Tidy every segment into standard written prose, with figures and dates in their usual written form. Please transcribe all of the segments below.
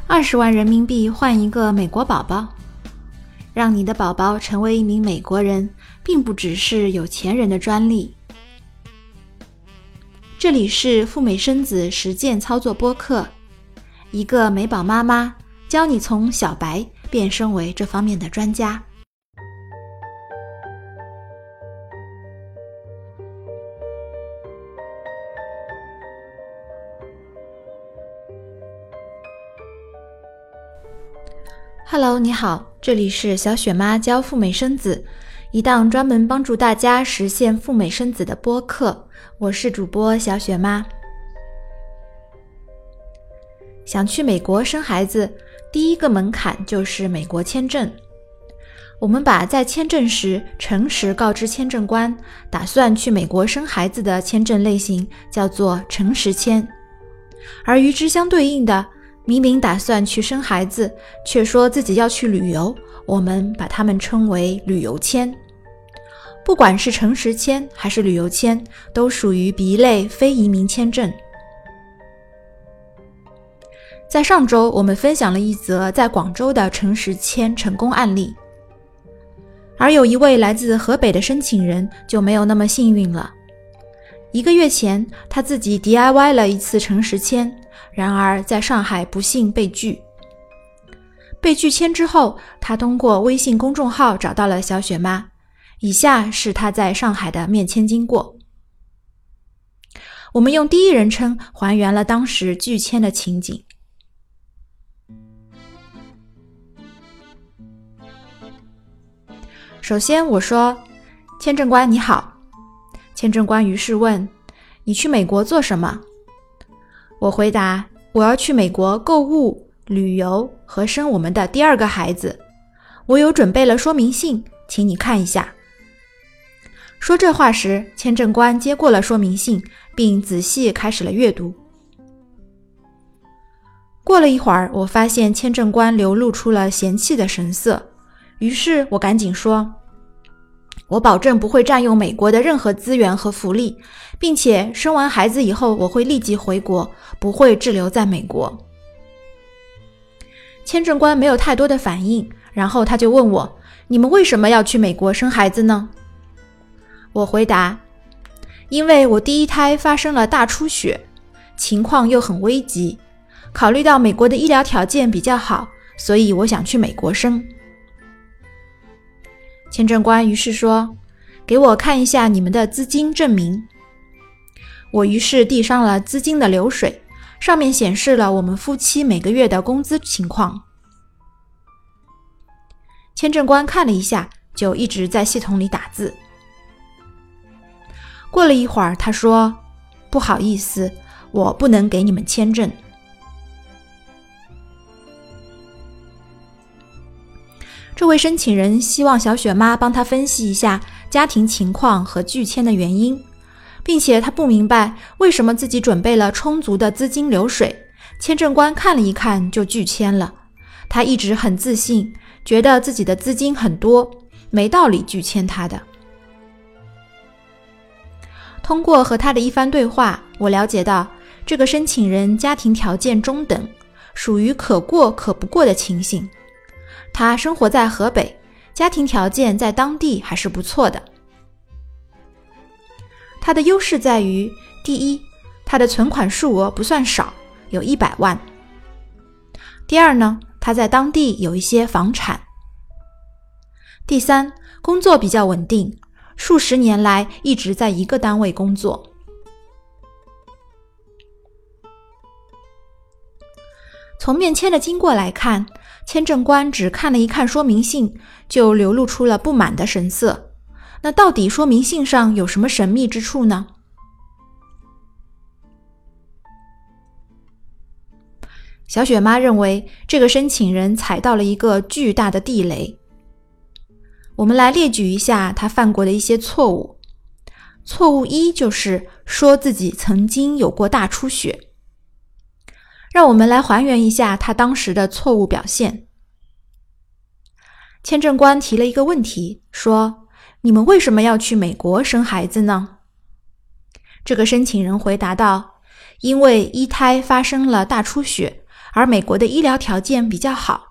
20万人民币换一个美国宝宝。让你的宝宝成为一名美国人，并不只是有钱人的专利。这里是赴美生子实践操作播客，一个美宝妈妈教你从小白变身为这方面的专家。Hello， 你好，这里是小雪妈教赴美生子，一档专门帮助大家实现赴美生子的播客。我是主播小雪妈。想去美国生孩子，第一个门槛就是美国签证。我们把在签证时诚实告知签证官打算去美国生孩子的签证类型叫做诚实签，而与之相对应的明明打算去生孩子，却说自己要去旅游，我们把它们称为旅游签。不管是诚实签还是旅游签，都属于 B 类非移民签证。在上周，我们分享了一则在广州的诚实签成功案例，而有一位来自河北的申请人就没有那么幸运了。1个月前，他自己 DIY 了一次诚实签，然而在上海不幸被拒。被拒签之后，他通过微信公众号找到了小雪妈，以下是他在上海的面签经过。我们用第一人称还原了当时拒签的情景。首先我说，签证官你好。签证官于是问，你去美国做什么？我回答，我要去美国购物、旅游和生我们的第2个孩子。我有准备了说明信，请你看一下。说这话时，签证官接过了说明信，并仔细开始了阅读。过了一会儿，我发现签证官流露出了嫌弃的神色，于是我赶紧说，我保证不会占用美国的任何资源和福利，并且生完孩子以后我会立即回国，不会滞留在美国。签证官没有太多的反应，然后他就问我，你们为什么要去美国生孩子呢？我回答，因为我第1胎发生了大出血，情况又很危急，考虑到美国的医疗条件比较好，所以我想去美国生。签证官于是说，给我看一下你们的资金证明。我于是递上了资金的流水，上面显示了我们夫妻每个月的工资情况。签证官看了一下，就一直在系统里打字。过了一会儿，他说，不好意思，我不能给你们签证。这位申请人希望小雪妈帮他分析一下家庭情况和拒签的原因，并且他不明白为什么自己准备了充足的资金流水，签证官看了一看就拒签了。他一直很自信，觉得自己的资金很多，没道理拒签他的。通过和他的一番对话，我了解到这个申请人家庭条件中等，属于可过可不过的情形。他生活在河北，家庭条件在当地还是不错的。他的优势在于，第一，他的存款数额不算少，有100万。第二呢，他在当地有一些房产。第三，工作比较稳定，数十年来一直在一个单位工作。从面签的经过来看，签证官只看了一看说明信，就流露出了不满的神色。那到底说明信上有什么神秘之处呢？小雪妈认为，这个申请人踩到了一个巨大的地雷。我们来列举一下他犯过的一些错误。错误1就是说自己曾经有过大出血。让我们来还原一下他当时的错误表现。签证官提了一个问题，说，你们为什么要去美国生孩子呢？这个申请人回答道，因为1胎发生了大出血， 而美国的医疗条件比较好。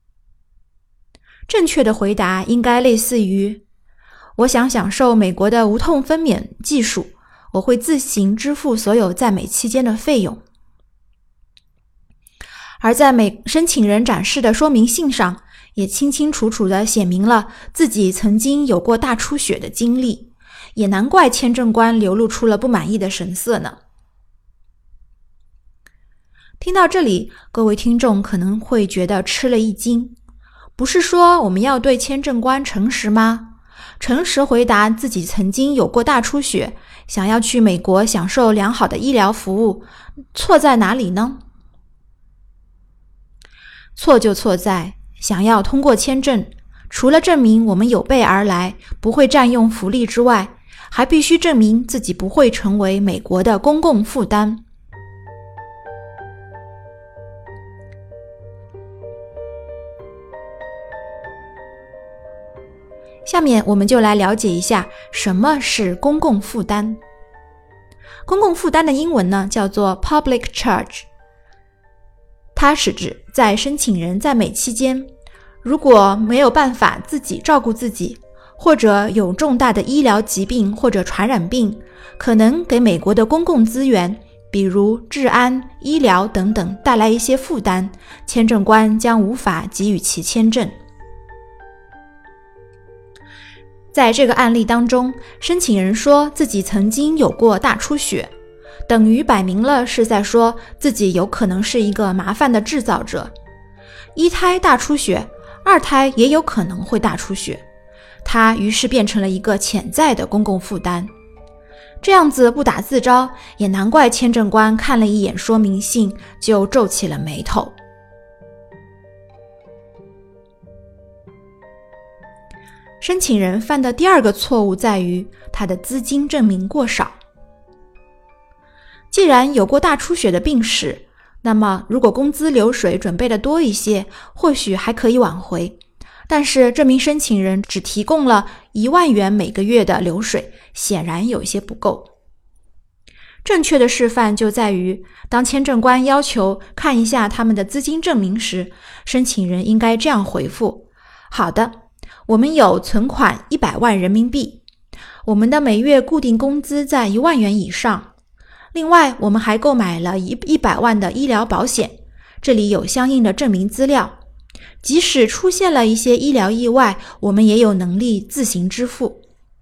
正确的回答应该类似于：我想享受美国的无痛分娩技术，我会自行支付所有在美期间的费用。而在申请人展示的说明信上，也清清楚楚地写明了自己曾经有过大出血的经历，也难怪签证官流露出了不满意的神色呢。听到这里，各位听众可能会觉得吃了一惊，不是说我们要对签证官诚实吗？诚实回答自己曾经有过大出血，想要去美国享受良好的医疗服务，错在哪里呢？错就错在想要通过签证，除了证明我们有备而来，不会占用福利之外，还必须证明自己不会成为美国的公共负担。下面我们就来了解一下什么是公共负担。公共负担的英文呢叫做 public charge， 它是指在申请人在美期间，如果没有办法自己照顾自己，或者有重大的医疗疾病或者传染病，可能给美国的公共资源，比如治安、医疗等等带来一些负担，签证官将无法给予其签证。在这个案例当中，申请人说自己曾经有过大出血，等于摆明了是在说自己有可能是一个麻烦的制造者。一胎大出血，二胎也有可能会大出血，他于是变成了一个潜在的公共负担。这样子不打自招，也难怪签证官看了一眼说明信就皱起了眉头。申请人犯的第二个错误在于他的资金证明过少。既然有过大出血的病史，那么如果工资流水准备的多一些，或许还可以挽回。但是这名申请人只提供了1万元每个月的流水，显然有一些不够。正确的示范就在于，当签证官要求看一下他们的资金证明时，申请人应该这样回复：好的，我们有存款100万人民币，我们的每月固定工资在1万元以上，另外我们还购买了100万的医疗保险，这里有相应的证明资料，即使出现了一些医疗意外，我们也有能力自行支付。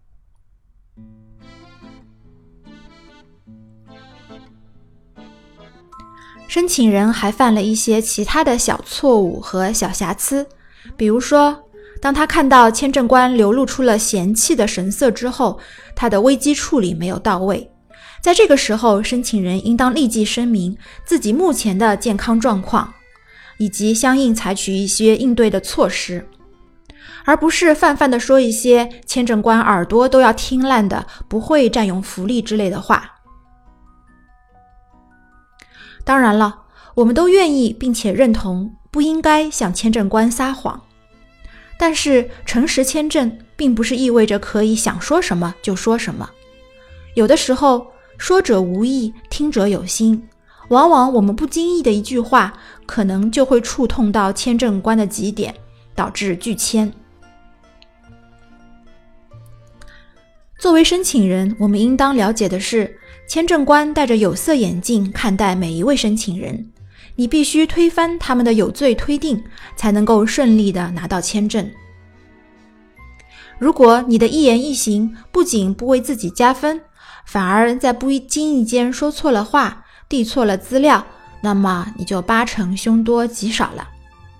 申请人还犯了一些其他的小错误和小瑕疵，比如说当他看到签证官流露出了嫌弃的神色之后，他的危机处理没有到位。在这个时候，申请人应当立即声明自己目前的健康状况，以及相应采取一些应对的措施，而不是泛泛地说一些签证官耳朵都要听烂的不会占用福利之类的话。当然了，我们都愿意并且认同不应该向签证官撒谎，但是诚实签证并不是意味着可以想说什么就说什么。有的时候说者无意，听者有心，往往我们不经意的一句话可能就会触痛到签证官的极点，导致拒签。作为申请人，我们应当了解的是，签证官戴着有色眼镜看待每一位申请人，你必须推翻他们的有罪推定，才能够顺利地拿到签证。如果你的一言一行不仅不为自己加分，反而在不经意间说错了话，递错了资料，那么你就8成凶多吉少了。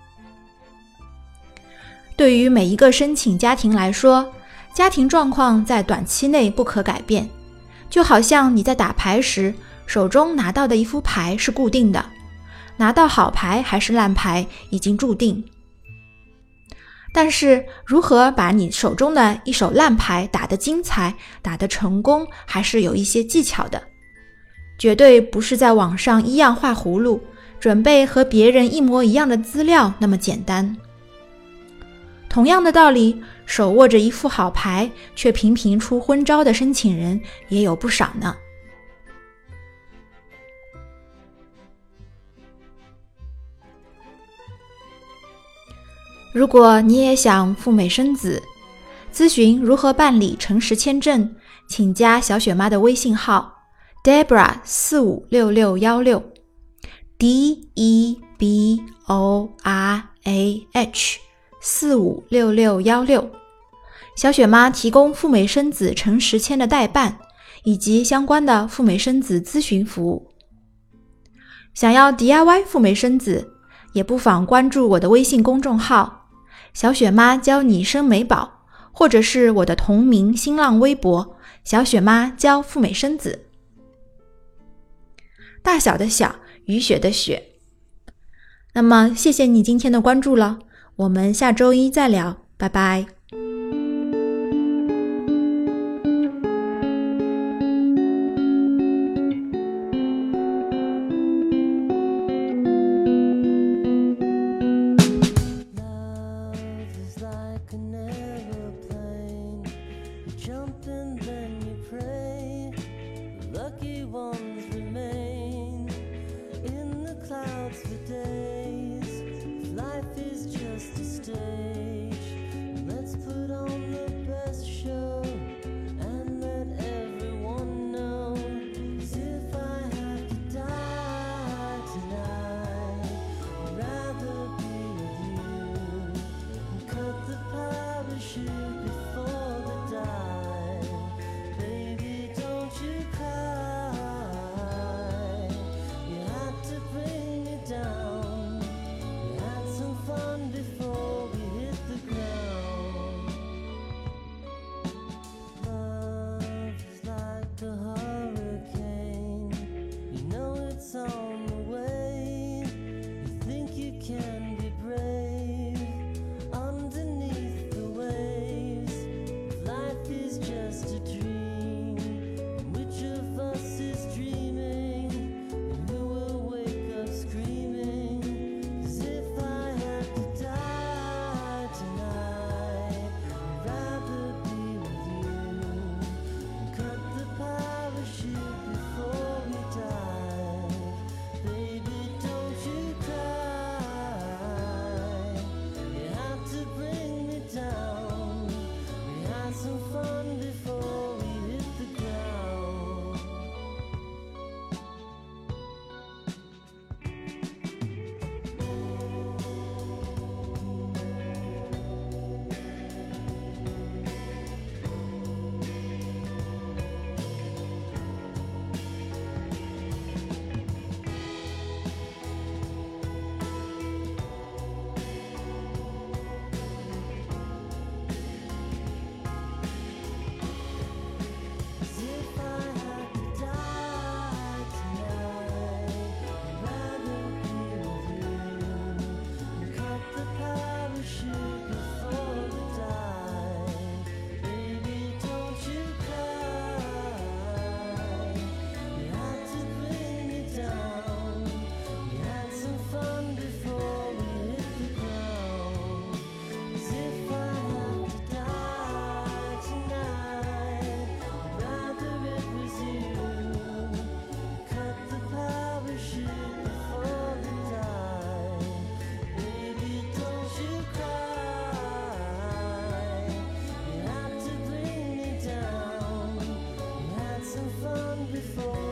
对于每一个申请家庭来说，家庭状况在短期内不可改变，就好像你在打牌时，手中拿到的一副牌是固定的，拿到好牌还是烂牌已经注定。但是如何把你手中的一手烂牌打得精彩，打得成功，还是有一些技巧的，绝对不是在网上一样画葫芦，准备和别人一模一样的资料那么简单。同样的道理，手握着一副好牌却频频出昏招的申请人也有不少呢。 如果你也想赴美生子，咨询如何办理诚实签证，请加小雪妈的微信号 Deborah456616 DEBORAH456616。小雪妈提供赴美生子诚实签的代办以及相关的赴美生子咨询服务。想要 DIY 赴美生子，也不妨关注我的微信公众号小雪妈教你生美宝，或者是我的同名新浪微博小雪妈教赴美生子。大小的小，雨雪的雪。那么谢谢你今天的关注了，我们下周一再聊，拜拜。 before